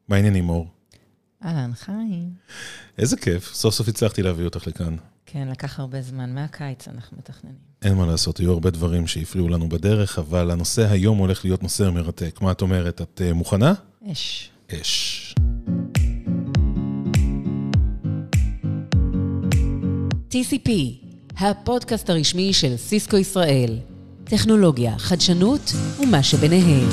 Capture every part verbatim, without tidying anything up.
מה העניינים, מור? אהלן, חיים. איזה כיף, סוף סוף הצלחתי להביא אותך לכאן. כן, לקח הרבה זמן, מהקיץ אנחנו מתכננים. אין מה לעשות, היו הרבה דברים שהפריעו לנו בדרך, אבל הנושא היום הולך להיות נושא מרתק. מה את אומרת? את uh, מוכנה? אש. אש. טי סי פי, הפודקאסט הרשמי של סיסקו ישראל. טכנולוגיה, חדשנות ומה שביניהם.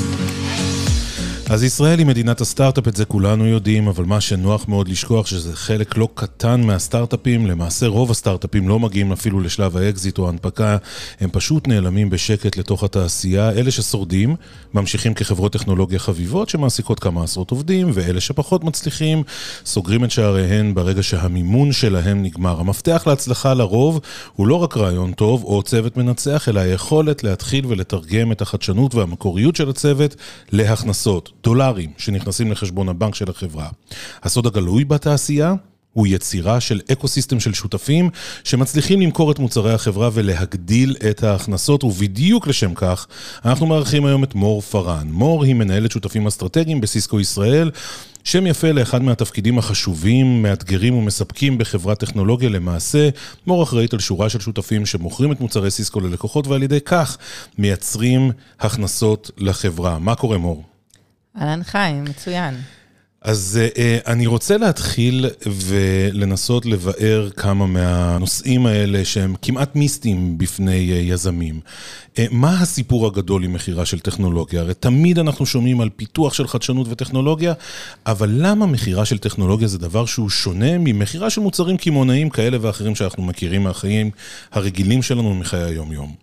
אז ישראל היא מדינת הסטארט-אפ, את זה כולנו יודעים, אבל מה שנוח מאוד לשכוח שזה חלק לא קטן מהסטארט-אפים, למעשה רוב הסטארט-אפים לא מגיעים אפילו לשלב האקזיט או ההנפקה, הם פשוט נעלמים בשקט לתוך התעשייה, אלה ששורדים ממשיכים כחברות טכנולוגיה חביבות שמעסיקות כמה עשרות עובדים, ואלה שפחות מצליחים סוגרים את שעריהן ברגע שהמימון שלהם נגמר. המפתח להצלחה לרוב הוא לא רק רעיון טוב או צוות מנצח, אלא היכולת להתחיל ולתרגם את החדשנות והמקוריות של הצוות להכנסות. דולרים שנכנסים לחשבון הבנק של החברה. הסוד הגלוי בתעשייה הוא יצירה של אקוסיסטם של שותפים שמצליחים למכור את מוצרי החברה ולהגדיל את ההכנסות, ובדיוק לשם כך אנחנו מארחים היום את מור פארן. מור היא מנהלת שותפים אסטרטגיים בסיסקו ישראל, שם יפה לאחד מהתפקידים החשובים, מאתגרים ומספקים בחברת טכנולוגיה. למעשה, מור אחראית על שורה של שותפים שמוכרים את מוצרי סיסקו ללקוחות, ועל ידי כך מייצרים הכנסות לחברה. מה קורה, מור? אהלן, חיים, מצוין. אז uh, אני רוצה להתחיל ולנסות לבאר כמה מהנושאים האלה שהם כמעט מיסטיים בפני uh, יזמים. Uh, מה הסיפור הגדול עם מחירה של טכנולוגיה? הרי תמיד אנחנו שומעים על פיתוח של חדשנות וטכנולוגיה, אבל למה מחירה של טכנולוגיה זה דבר שהוא שונה ממחירה של מוצרים קימונאיים כאלה ואחרים שאנחנו מכירים מהחיים הרגילים שלנו מחיי היום-יום?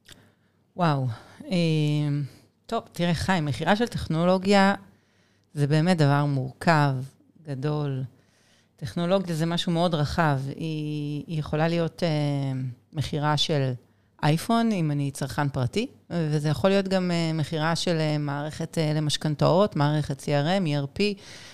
וואו. אה... טוב, תראה חיים, מחירה של טכנולוגיה זה באמת דבר מורכב, גדול. טכנולוגיה זה משהו מאוד רחב. היא, היא יכולה להיות אה, מחירה של אייפון, אם אני צרכן פרטי, וזה יכול להיות גם אה, מחירה של אה, מערכת אה, למשכנתאות, מערכת סי אר אם, אי אר פי,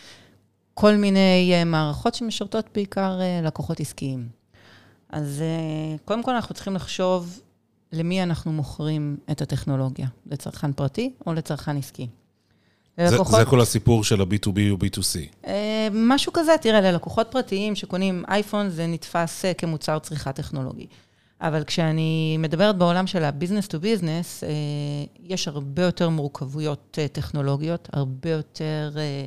כל מיני אה, מערכות שמשרתות בעיקר אה, לקוחות עסקיים. אז אה, קודם כל אנחנו צריכים לחשוב למי אנחנו מוכרים את הטכנולוגיה, לצרכן פרטי או לצרכן עסקי. ללקוחות... זה, זה כל הסיפור של ה-בי טו בי או בי טו סי. אה, משהו כזה, תראה, ללקוחות פרטיים שקונים אייפון, זה נתפס כמוצר צריכה טכנולוגי. אבל כשאני מדברת בעולם של ה-business to business, אה, יש הרבה יותר מורכבויות אה, טכנולוגיות, הרבה יותר אה,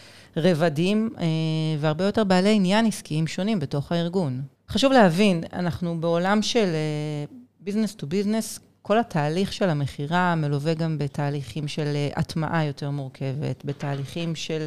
רבדים, אה, והרבה יותר בעלי עניין עסקיים שונים בתוך הארגון. חשוב להבין, אנחנו בעולם של... אה, ביזנס טו ביזנס, כל התהליך של המחירה מלווה גם בתהליכים של הטמעה יותר מורכבת, בתהליכים של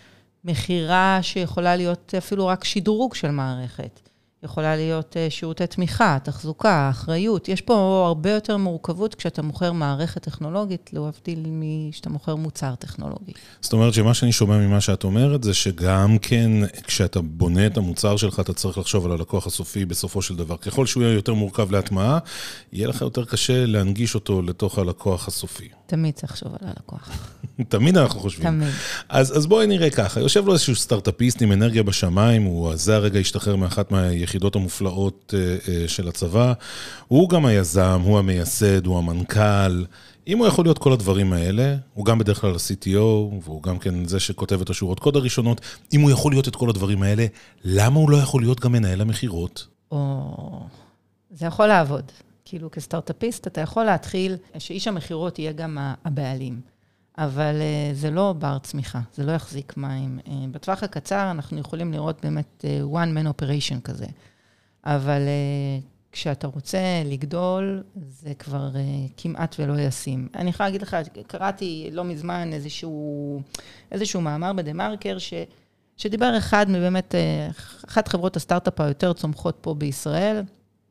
מחירה שיכולה להיות אפילו רק שדרוג של מערכת. יכולה להיות שירותי תמיכה, תחזוקה, אחריות. יש פה הרבה יותר מורכבות כשאתה מוכר מערכת טכנולוגית, להבדיל משאתה מוכר מוצר טכנולוגי. זאת אומרת שמה שאני שומע ממה שאת אומרת, זה שגם כן כשאתה בונה את המוצר שלך, אתה צריך לחשוב על הלקוח הסופי בסופו של דבר. ככל שהוא יהיה יותר מורכב להטמעה, יהיה לך יותר קשה להנגיש אותו לתוך הלקוח הסופי. תמיד צריך לחשוב על הלקוח. תמיד אנחנו חושבים. תמיד. אז, אז בואי נראה ככה. יושב לו איזשהו סטארט-אפיסט עם אנרגיה בשמיים, הוא זה הרגע השתחרר מאחת מהיחידות המופלאות של הצבא. הוא גם היזם, הוא המייסד, הוא המנכ"ל. אם הוא יכול להיות כל הדברים האלה, הוא גם בדרך כלל ה-סי טי או, והוא גם כן זה שכותב את השורות קוד הראשונות. אם הוא יכול להיות את כל הדברים האלה, למה הוא לא יכול להיות גם מנהל המחירות? או... זה יכול לעבוד. כאילו כסטארט-אפיסט אתה יכול להתחיל שאיש המחירות יהיה גם הבעלים. אבל uh, זה לא בר צמיחה, זה לא יחזיק מים. Uh, בטווח הקצר אנחנו יכולים לראות באמת uh, one man operation כזה. אבל uh, כשאתה רוצה לגדול, זה כבר uh, כמעט ולא ישים. אני יכולה להגיד לך, קראתי לא מזמן איזשהו, איזשהו מאמר בדה-מרקר, ש, שדיבר אחד מבאמת, uh, אחת חברות הסטארט-אפ היותר צומחות פה בישראל,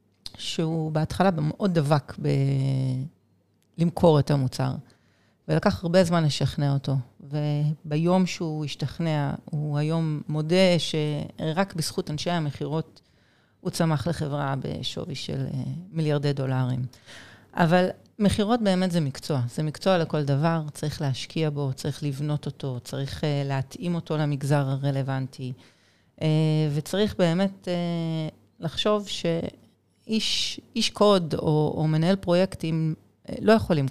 שהוא בהתחלה מאוד דבק ב... למכור את המוצר. ולקח הרבה זמן לשכנע אותו. וביום שהוא השתכנע, הוא היום מודה שרק בזכות אנשי המחירות, הוא צמח לחברה בשווי של מיליארדי דולרים. אבל מחירות באמת זה מקצוע. זה מקצוע לכל דבר, צריך להשקיע בו, צריך לבנות אותו, צריך להתאים אותו למגזר הרלוונטי. וצריך באמת לחשוב שאיש איש קוד או, או מנהל פרויקטים לא יכול למכור.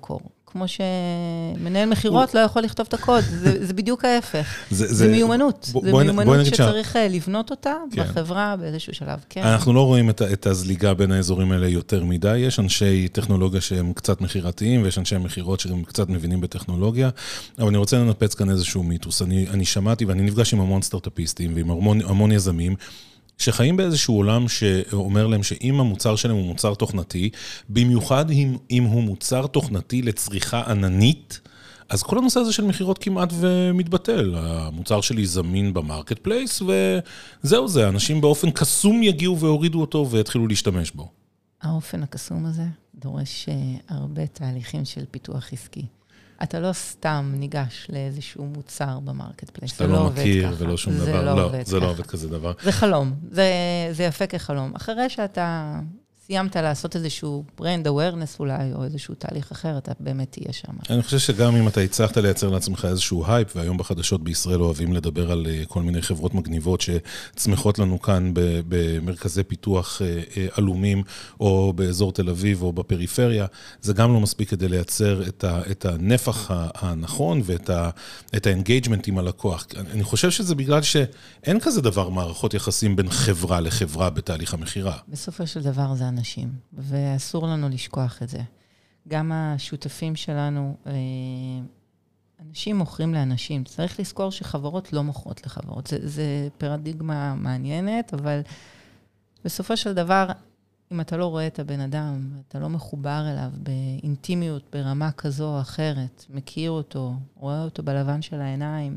כמו שמנהל מחירות לא יכול לכתוב את הקוד. זה, זה בדיוק ההפך. זה, זה מיומנות. זה מיומנות שצריך לבנות אותה בחברה באיזשהו שלב. כן. אנחנו לא רואים את, את הזליגה בין האזורים האלה יותר מדי. יש אנשי טכנולוגיה שהם קצת מחירתיים, ויש אנשי מחירות שהם קצת מבינים בטכנולוגיה. אבל אני רוצה לנפץ כאן איזשהו מיתוס. אני, אני שמעתי, ואני נפגש עם המון סטארט-אפיסטים ועם המון, המון יזמים, שחיים באיזשהו עולם שאומר להם שאם המוצר שלהם הוא מוצר תוכנתי, במיוחד אם, אם הוא מוצר תוכנתי לצריכה עננית, אז כל הנושא הזה של מחירות כמעט ומתבטל. המוצר שלי זמין במרקט פלייס, וזהו זה, אנשים באופן קסום יגיעו והורידו אותו ויתחילו להשתמש בו. האופן הקסום הזה דורש הרבה תהליכים של פיתוח עסקי. אתה לא סתם ניגש לאיזשהו מוצר במרקט פלייס. שאתה לא מכיר ולא שום דבר. לא, זה לא עובד כזה דבר. זה חלום. זה יפה כחלום. אחרי שאתה סיימת לעשות איזשהו brand awareness אולי, או איזשהו תהליך אחר, אתה באמת תהיה שם. אני חושב שגם אם אתה הצלחת לייצר לעצמך איזשהו הייפ, והיום בחדשות בישראל אוהבים לדבר על כל מיני חברות מגניבות שצמחות לנו כאן במרכזי פיתוח אלומים, או באזור תל אביב, או בפריפריה, זה גם לא מספיק כדי לייצר את הנפח הנכון, ואת האנגייג'מנט עם הלקוח. אני חושב שזה בגלל שאין כזה דבר מערכות יחסים בין חברה לחברה בתהליך המחירה. בסופו של דבר זה אנשים, ואסור לנו לשכוח את זה. גם השותפים שלנו, אנשים מוכרים לאנשים. צריך לזכור שחברות לא מוכרות לחברות. זה, זה פרדיגמה מעניינת, אבל בסופו של דבר, אם אתה לא רואה את הבן אדם, אתה לא מחובר אליו באינטימיות, ברמה כזו או אחרת, מכיר אותו, רואה אותו בלבן של העיניים,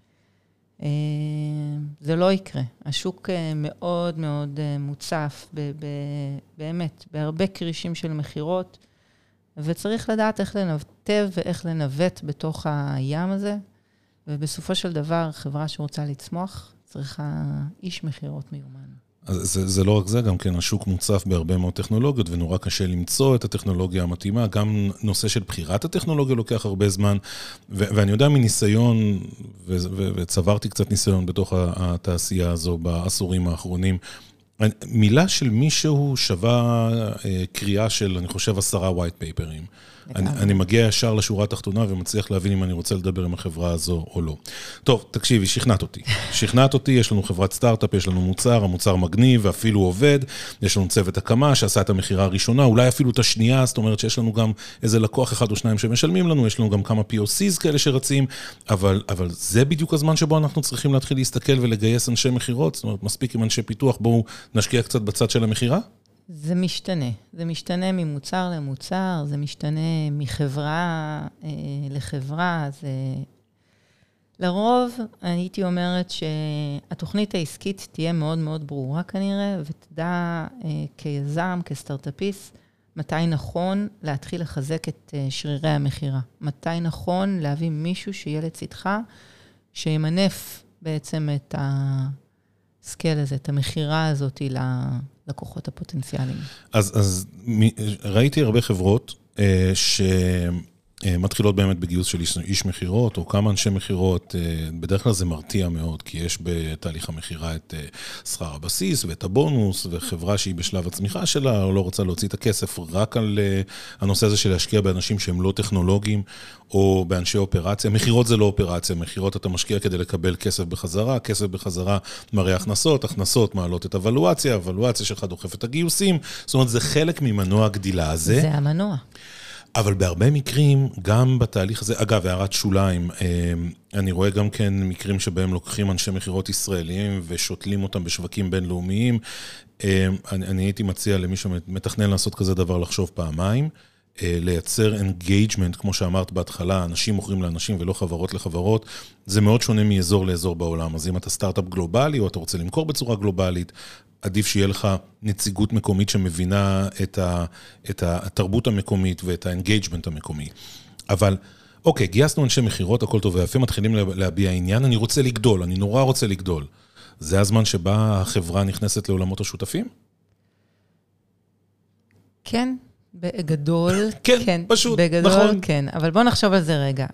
זה לא יקרה. השוק מאוד מאוד מוצף, באמת, בהרבה קרישים של מחירות, וצריך לדעת איך לנווטב ואיך לנווט בתוך הים הזה, ובסופו של דבר, חברה שרוצה לצמוח, צריכה איש מחירות מיומן. זה, זה לא רק זה, גם כן השוק מוצף בהרבה מאוד טכנולוגיות, ונורא קשה למצוא את הטכנולוגיה המתאימה, גם נושא של בחירת הטכנולוגיה לוקח הרבה זמן, ו- ואני יודע מניסיון, ו- ו- וצברתי קצת ניסיון בתוך התעשייה הזו בעשורים האחרונים, מילה של מישהו שווה קריאה של, אני חושב, עשרה white paper'ים. אני, אני מגיע ישר לשורה התחתונה ומצליח להבין אם אני רוצה לדבר עם החברה הזו או לא. טוב, תקשיבי, שכנעת אותי. שכנעת אותי, יש לנו חברת סטארט-אפ, יש לנו מוצר, המוצר מגניב ואפילו עובד, יש לנו צוות הקמה שעשה את המחירה הראשונה, אולי אפילו את השנייה, זאת אומרת שיש לנו גם איזה לקוח אחד או שניים שמשלמים לנו, יש לנו גם כמה פי או סי'ז כאלה שרצים, אבל, אבל זה בדיוק הזמן שבו אנחנו צריכים להתחיל להסתכל ולגייס אנשי מחירות, זאת אומרת, מספיק עם אנשי פיתוח, בואו נשקיע קצת בצד של המחירה? זה משתנה. זה משתנה ממוצר למוצר, זה משתנה מחברה אה, לחברה. זה... לרוב, אני הייתי אומרת שהתוכנית העסקית תהיה מאוד מאוד ברורה כנראה, ותדע אה, כיזם, כסטארט-אפיסט, מתי נכון להתחיל לחזק את אה, שרירי המחירה. מתי נכון להביא מישהו שיהיה לצדך, שימנף בעצם את הסקייל הזה, את המחירה הזאת ל... לקוחות הפוטנציאליים. אז, אז ראיתי הרבה חברות אה, שמתחילות באמת בגיוס של איש, איש מחירות, או כמה אנשי מחירות, אה, בדרך כלל זה מרתיע מאוד, כי יש בתהליך המחירה את אה, שכר הבסיס ואת הבונוס, וחברה שהיא בשלב הצמיחה שלה, או לא רוצה להוציא את הכסף רק על אה, הנושא הזה של להשקיע באנשים שהם לא טכנולוגיים, או באנשי אופרציה. מחירות זה לא אופרציה, מחירות אתה משקיע כדי לקבל כסף בחזרה, כסף בחזרה מראה הכנסות, הכנסות מעלות את הוולואציה, הוולואציה שלך דוחפת את הגיוסים, זאת אומרת, זה חלק ממנוע הגדילה הזה. זה המנוע. אבל בהרבה מקרים, גם בתהליך הזה, אגב, הערת שוליים, אני רואה גם כן מקרים שבהם לוקחים אנשי מחירות ישראלים ושותלים אותם בשווקים בינלאומיים. אני, אני הייתי מציע למי שמתכנן לעשות כזה דבר לחשוב פעמיים, לייצר engagement, כמו שאמרת בהתחלה, אנשים מוכרים לאנשים ולא חברות לחברות, זה מאוד שונה מאזור לאזור בעולם. אז אם אתה סטארט-אפ גלובלי, או אתה רוצה למכור בצורה גלובלית, עדיף שיהיה לך נציגות מקומית שמבינה את, ה, את התרבות המקומית ואת האנגייג'מנט המקומי. אבל, אוקיי, גייסנו אנשי מחירות, הכל טוב ויפה, מתחילים להביע עניין, אני רוצה לגדול, אני נורא רוצה לגדול. זה הזמן שבה החברה נכנסת לעולמות השותפים? כן. בגדול, כן, כן, פשוט, בגדול, נכון. כן, אבל בוא נחשוב על זה רגע.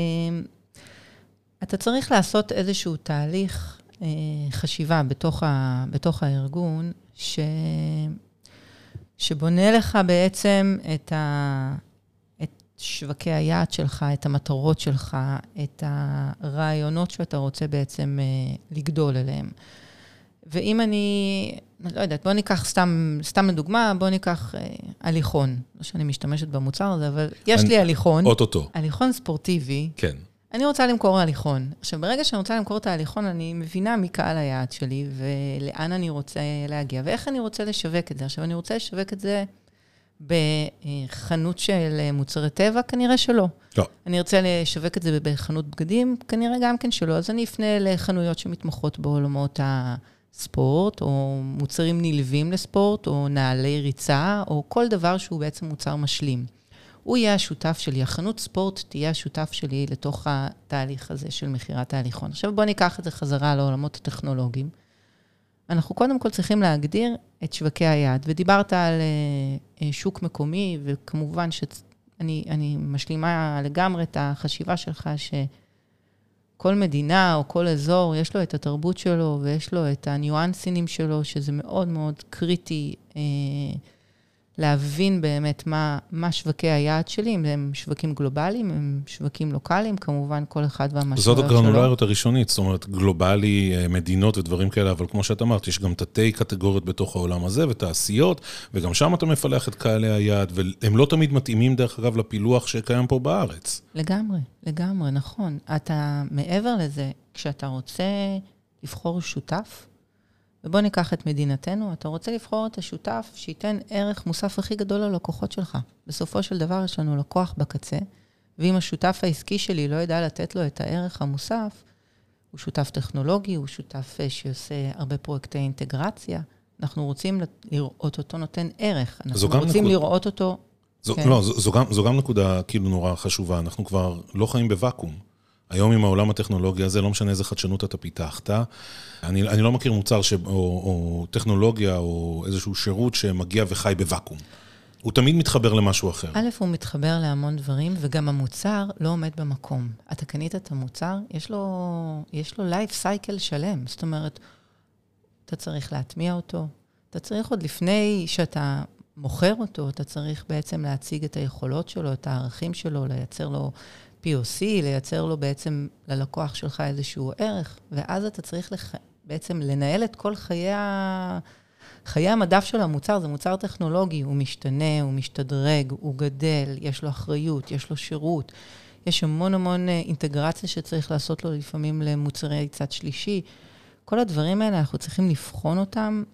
אתה צריך לעשות איזשהו תהליך חשיבה בתוך, ה, בתוך הארגון, ש, שבונה לך בעצם את, ה, את שווקי היעד שלך, את המטרות שלך, את הרעיונות שאתה רוצה בעצם לגדול אליהם. ואם אני, לא יודעת, בוא ניקח סתם, סתם לדוגמה, בוא ניקח אה, הליכון. לא שאני משתמשת במוצר הזה, אבל יש אני, לי הליכון. אוטוטו. הליכון ספורטיבי. כן. אני רוצה למכור הליכון. עכשיו, ברגע שאני רוצה למכור את ההליכון, אני מבינה מי קהל היעד שלי, ולאן אני רוצה להגיע, ואיך אני רוצה לשווק את זה. עכשיו, אני רוצה לשווק את זה בחנות של מוצרי טבע, כנראה שלא. לא. אני רוצה לשווק את זה בחנות בגדים, כנראה גם כן שלא. אז אני אפנה לחנויות שמתמחות בעולמות ה... ספורט, או מוצרים נלווים לספורט, או נעלי ריצה, או כל דבר שהוא בעצם מוצר משלים. הוא יהיה השותף שלי, החנות ספורט תהיה השותף שלי לתוך התהליך הזה של מחירת ההליכון. עכשיו בואו ניקח את זה חזרה לעולמות הטכנולוגיים. אנחנו קודם כל צריכים להגדיר את שווקי היעד, ודיברת על שוק מקומי, וכמובן שאני אני משלימה לגמרי את החשיבה שלך ש... כל מדינה או כל אזור, יש לו את התרבות שלו, ויש לו את הניואנסינים שלו, שזה מאוד מאוד קריטי אה, להבין באמת מה, מה שווקי היעד שלי, אם הם שווקים גלובליים, הם שווקים לוקליים, כמובן כל אחד והמשמעויות שלו. זאת הגרנולריות הראשונית, זאת אומרת, גלובלי, מדינות ודברים כאלה, אבל כמו שאת אמרת, יש גם תתי קטגוריות בתוך העולם הזה, ותעשיות, וגם שם אתה מפלח את קהלי היעד, והם לא תמיד מתאימים דרך אגב לפילוח שקיים פה בארץ. לגמרי, לגמרי, נכון. אתה מעבר לזה, כשאתה רוצה לבחור שותף, ובוא ניקח את מדינתנו, אתה רוצה לבחור את השותף שייתן ערך מוסף הכי גדול ללקוחות שלך. בסופו של דבר יש לנו לקוח בקצה, ואם השותף העסקי שלי לא ידע לתת לו את הערך המוסף, הוא שותף טכנולוגי, הוא שותף שעושה הרבה פרויקטי אינטגרציה, אנחנו רוצים לראות אותו נותן ערך, אנחנו רוצים נקוד... לראות אותו... זו, כן. לא, זו, זו, גם, זו גם נקודה כאילו נורא חשובה, אנחנו כבר לא חיים בוואקום. היום עם העולם הטכנולוגיה הזה, לא משנה איזה חדשנות אתה פיתחת. אני, אני לא מכיר מוצר ש, או, או טכנולוגיה או איזשהו שירות שמגיע וחי בוואקום. הוא תמיד מתחבר למשהו אחר. א', הוא מתחבר להמון דברים, וגם המוצר לא עומד במקום. אתה קנית את המוצר, יש לו, יש לו life cycle שלם. זאת אומרת, אתה צריך להטמיע אותו, אתה צריך עוד לפני שאתה מוכר אותו, אתה צריך בעצם להציג את היכולות שלו, את הערכים שלו, לייצר לו פי או סי, לייצר לו בעצם ללקוח שלך איזשהו ערך, ואז אתה צריך לח... בעצם לנהל את כל חיי, ה... חיי המדף של המוצר, זה מוצר טכנולוגי, הוא משתנה, הוא משתדרג, הוא גדל, יש לו אחריות, יש לו שירות, יש המון המון אינטגרציה שצריך לעשות לו לפעמים למוצרי צד שלישי. כל הדברים האלה אנחנו צריכים לבחון אותם,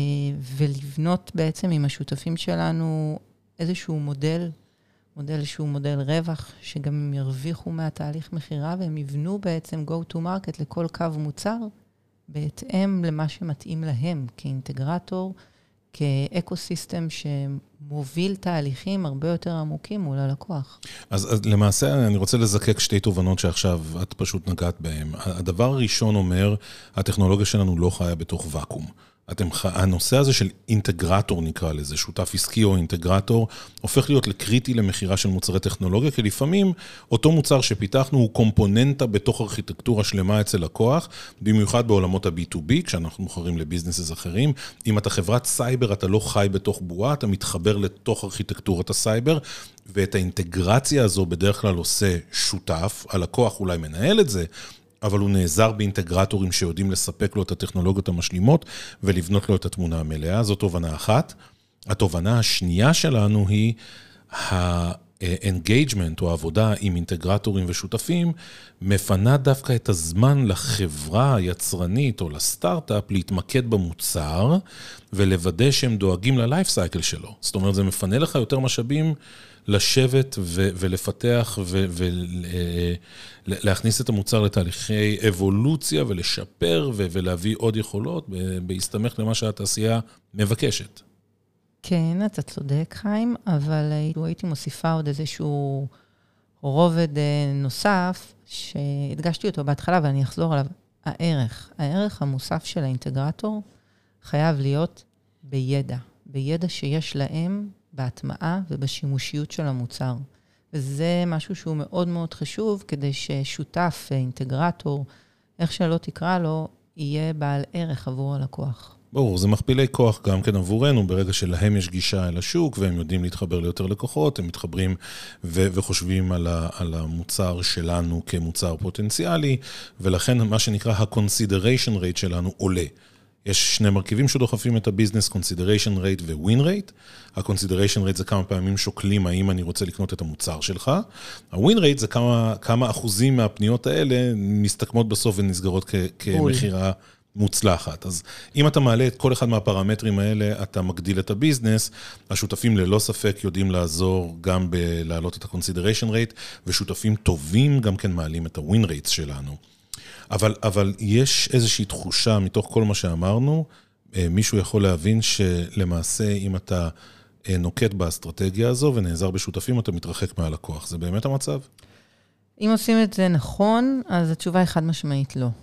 ולבנות בעצם עם השותפים שלנו איזשהו מודל, מודל שהוא מודל רווח, שגם הם ירוויחו מהתהליך מחירה, והם יבנו בעצם go to market לכל קו מוצר, בהתאם למה שמתאים להם, כאינטגרטור, כאקוסיסטם שמוביל תהליכים הרבה יותר עמוקים מול הלקוח. אז, אז למעשה אני רוצה לזקק שתי תובנות שעכשיו את פשוט נגעת בהן. הדבר הראשון אומר, הטכנולוגיה שלנו לא חיה בתוך וקום. אתם, הנושא הזה של אינטגרטור נקרא לזה, שותף עסקי או אינטגרטור, הופך להיות לקריטי למחירה של מוצרי טכנולוגיה, כי לפעמים אותו מוצר שפיתחנו הוא קומפוננטה בתוך ארכיטקטורה שלמה אצל לקוח, במיוחד בעולמות ה-בי טו בי, כשאנחנו מוכרים לביזנסס אחרים. אם אתה חברת סייבר, אתה לא חי בתוך בועה, אתה מתחבר לתוך ארכיטקטורת הסייבר, ואת האינטגרציה הזו בדרך כלל עושה שותף, הלקוח אולי מנהל את זה, אבל הוא נעזר באינטגרטורים שיודעים לספק לו את הטכנולוגיות המשלימות, ולבנות לו את התמונה המלאה. זו תובנה אחת. התובנה השנייה שלנו היא ה-engagement, או העבודה עם אינטגרטורים ושותפים, מפנה דווקא את הזמן לחברה היצרנית או לסטארט-אפ להתמקד במוצר, ולוודא שהם דואגים ללייף סייקל שלו. זאת אומרת, זה מפנה לך יותר משאבים לשבת ו- ולפתח ו- ולהכניס את המוצר לתהליכי אבולוציה ולשפר ו- ולהביא עוד יכולות בהסתמך למה שהתעשייה מבקשת. כן, אתה צודק, חיים, אבל הייתי מוסיפה עוד איזשהו רובד נוסף שהדגשתי אותו בהתחלה ואני אחזור עליו. הערך, הערך המוסף של האינטגרטור חייב להיות בידע, בידע שיש להם בהטמעה ובשימושיות של המוצר. וזה משהו שהוא מאוד מאוד חשוב, כדי ששותף, אינטגרטור, איך שלא תקרא לו, יהיה בעל ערך עבור הלקוח. ברור, זה מכפילי כוח גם כן עבורנו, ברגע שלהם יש גישה אל השוק, והם יודעים להתחבר ליותר לקוחות, הם מתחברים ו- וחושבים על, ה- על המוצר שלנו כמוצר פוטנציאלי, ולכן מה שנקרא ה-consideration rate שלנו עולה. יש שני מרכיבים שדוחפים את הביזנס, consideration rate ו-win rate. ה-consideration rate זה כמה פעמים שוקלים האם אני רוצה לקנות את המוצר שלך. ה-win rate זה כמה, כמה אחוזים מהפניות האלה מסתכמות בסוף ונסגרות כ- כמחירה מוצלחת. אז אם אתה מעלה את כל אחד מהפרמטרים האלה, אתה מגדיל את הביזנס. השותפים ללא ספק יודעים לעזור גם בלהעלות את ה-consideration rate, ושותפים טובים גם כן מעלים את ה-win rates שלנו. אבל, אבל יש איזושהי תחושה מתוך כל מה שאמרנו, מישהו יכול להבין שלמעשה אם אתה נוקט באסטרטגיה הזו ונעזר בשותפים, אתה מתרחק מהלקוח. זה באמת המצב? אם עושים את זה נכון, אז התשובה היא חד משמעית לא.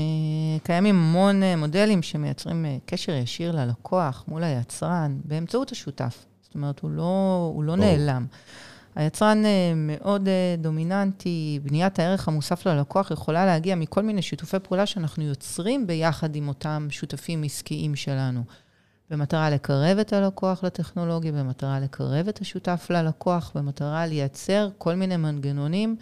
קיימים המון מודלים שמייצרים קשר ישיר ללקוח מול היצרן באמצעות השותף. זאת אומרת, הוא לא, הוא לא נעלם. היצרן מאוד דומיננטי, בניית הערך המוסף ללקוח יכולה להגיע מכל מיני שיתופי פעולה שאנחנו יוצרים ביחד עם אותם שותפים עסקיים שלנו. במטרה לקרב את הלקוח לטכנולוגיה, במטרה לקרב את השותף ללקוח, במטרה לייצר כל מיני מנגנונים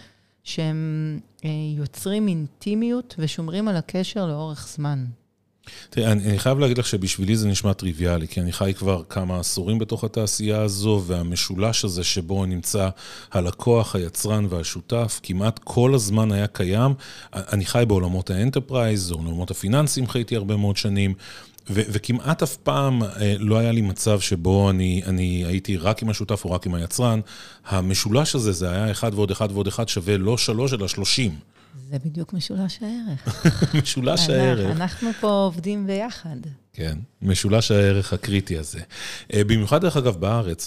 שהם יוצרים אינטימיות ושומרים על הקשר לאורך זמן. תראה, אני חייב להגיד לך שבשבילי זה נשמע טריוויאלי, כי אני חי כבר כמה עשורים בתוך התעשייה הזו, והמשולש הזה שבו נמצא הלקוח, היצרן והשותף, כמעט כל הזמן היה קיים. אני חי בעולמות האנטרפרייז, בעולמות הפיננסיים חייתי הרבה מאוד שנים, ו- וכמעט אף פעם לא היה לי מצב שבו אני, אני הייתי רק עם השותף או רק עם היצרן. המשולש הזה, זה היה אחד ועוד אחד ועוד אחד שווה לא שלוש, אלא שלושים. זה בדיוק משולש הערך. משולש הערך. אנחנו פה עובדים ביחד. כן, משולש הערך הקריטי הזה. במיוחד דרך אגב בארץ,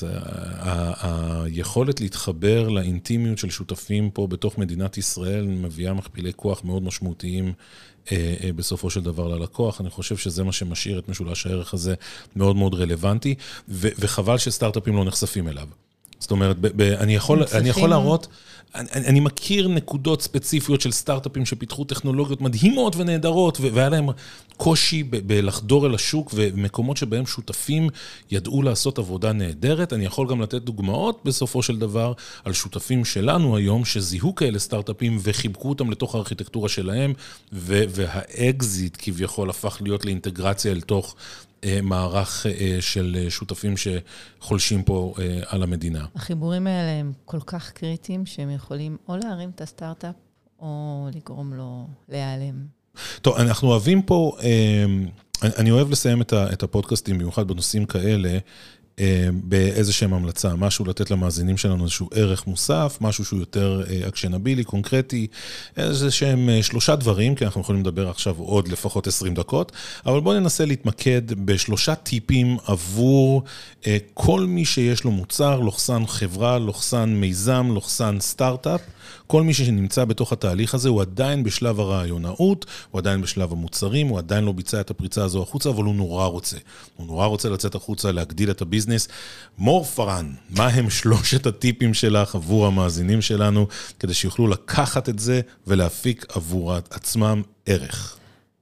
היכולת להתחבר לאינטימיות של שותפים פה בתוך מדינת ישראל מביאה מכפילי כוח מאוד משמעותיים בסופו של דבר ללקוח. אני חושב שזה מה שמשאיר את משולש הערך הזה מאוד מאוד רלוונטי, וחבל שסטארט-אפים לא נחשפים אליו. זאת אומרת, ב- ב- אני יכול, אני יכול להראות, אני, אני מכיר נקודות ספציפיות של סטארט-אפים שפיתחו טכנולוגיות מדהימות ונהדרות, והיה להם קושי ב- בלחדור אל השוק, ומקומות שבהם שותפים ידעו לעשות עבודה נהדרת. אני יכול גם לתת דוגמאות בסופו של דבר על שותפים שלנו היום, שזיהו כאלה סטארט-אפים וחיבקו אותם לתוך הארכיטקטורה שלהם, ו- והאקזיט כביכול הפך להיות לאינטגרציה אל תוך מערך של שותפים שחולשים פה על המדינה. החיבורים האלה הם כל כך קריטיים שהם יכולים או להרים את הסטארט-אפ או לגרום לו להיעלם. טוב, אנחנו אוהבים פה, אני אוהב לסיים את הפודקאסטים במיוחד בנושאים כאלה, באיזשהם המלצה, משהו לתת למאזינים שלנו איזשהו ערך מוסף, משהו שהוא יותר אקשנבילי, קונקרטי, איזשהם שלושה דברים, כי אנחנו יכולים לדבר עכשיו עוד לפחות עשרים דקות, אבל בואו ננסה להתמקד בשלושה טיפים עבור כל מי שיש לו מוצר, לוחסן חברה, לוחסן מיזם, לוחסן סטארט-אפ, כל מי שנמצא בתוך התהליך הזה הוא עדיין בשלב הרעיונאות, הוא עדיין בשלב המוצרים, הוא עדיין לא ביצע את הפריצה הזו החוצה, אבל הוא נורא רוצה. הוא נורא רוצה לצאת החוצה, להגדיל את הביזנס. מור פרן, מה הם שלושת הטיפים שלך עבור המאזינים שלנו, כדי שיוכלו לקחת את זה ולהפיק עבור עצמם ערך?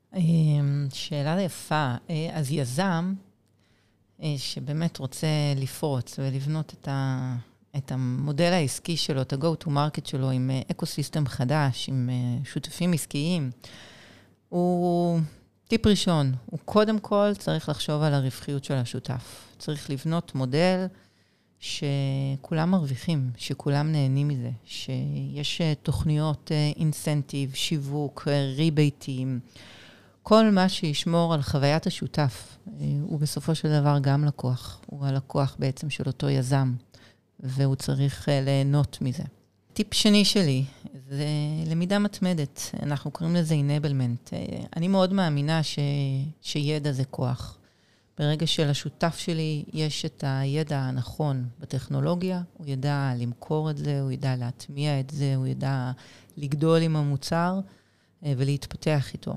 שאלה יפה. אז יזם שבאמת רוצה לפרוץ ולבנות את ה... את המודל העסקי שלו, את ה-go to market שלו, עם אקוסיסטם חדש, עם שותפים עסקיים, הוא טיפ ראשון, הוא קודם כל צריך לחשוב על הרווחיות של השותף. צריך לבנות מודל שכולם מרוויחים, שכולם נהנים מזה, שיש תוכניות אינסנטיב, שיווק, ריבייטים, כל מה שישמור על חוויית השותף, הוא בסופו של דבר גם לקוח, הוא הלקוח בעצם של אותו יזם. והוא צריך ליהנות מזה. טיפ שני שלי, זה למידה מתמדת. אנחנו קוראים לזה enablement. אני מאוד מאמינה ש... שידע זה כוח. ברגע שלשותף שלי יש את הידע הנכון בטכנולוגיה, הוא ידע למכור את זה, הוא ידע להטמיע את זה, הוא ידע לגדול עם המוצר ולהתפתח איתו.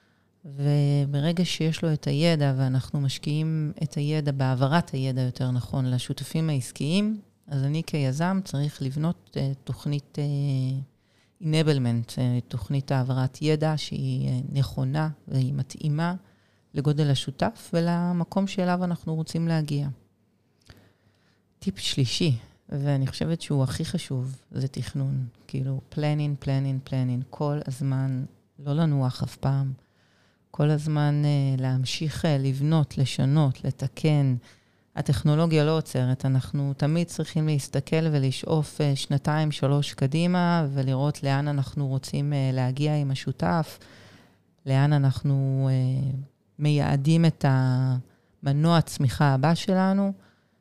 וברגע שיש לו את הידע, ואנחנו משקיעים את הידע, בעברת הידע יותר נכון לשותפים העסקיים, אז אני כיזם צריך לבנות uh, תוכנית uh, enablement, uh, תוכנית העברת ידע שהיא uh, נכונה והיא מתאימה לגודל השותף ולמקום שאליו אנחנו רוצים להגיע. טיפ שלישי, ואני חושבת שהוא הכי חשוב, זה תכנון. כאילו, planning, planning, planning. כל הזמן, לא לנוח אף פעם. כל הזמן uh, להמשיך uh, לבנות, לשנות, לתקן. הטכנולוגיה לא עוצרת. אנחנו תמיד צריכים להסתכל ולשאוף uh, שנתיים, שלוש קדימה, ולראות לאן אנחנו רוצים uh, להגיע עם השותף, לאן אנחנו uh, מייעדים את המנוע הצמיחה הבא שלנו,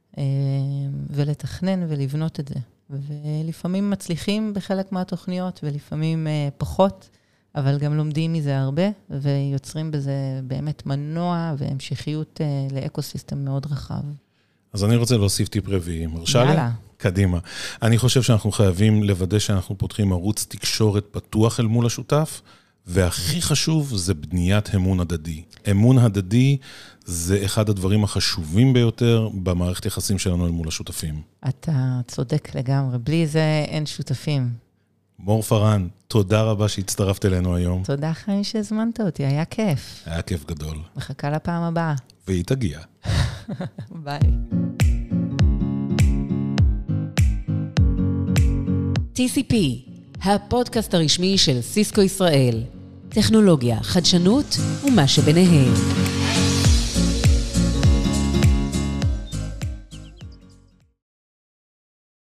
ולתכנן ולבנות את זה. ולפעמים מצליחים בחלק מהתוכניות, ולפעמים פחות, אבל גם לומדים מזה הרבה, ויוצרים בזה באמת מנוע והמשכיות לאקוסיסטם מאוד רחב. אז אני רוצה להוסיף טיפ רביעי. מרשה לי? יאללה. קדימה. אני חושב שאנחנו חייבים לוודא שאנחנו פותחים ערוץ תקשורת פתוח אל מול השותף, והכי חשוב זה בניית אמון הדדי. אמון הדדי זה אחד הדברים החשובים ביותר במערכת יחסים שלנו אל מול השותפים. אתה צודק לגמרי, בלי זה אין שותפים. מור פרן, תודה רבה שהצטרפת אלינו היום. תודה חיים שהזמנת אותי, היה כיף. היה כיף גדול. מחכה לפעם הבאה. והיא תגיע. ביי. טי סי פי, הפודקאסט הרשמי של סיסקו ישראל. טכנולוגיה, חדשנות ומה שביניהם.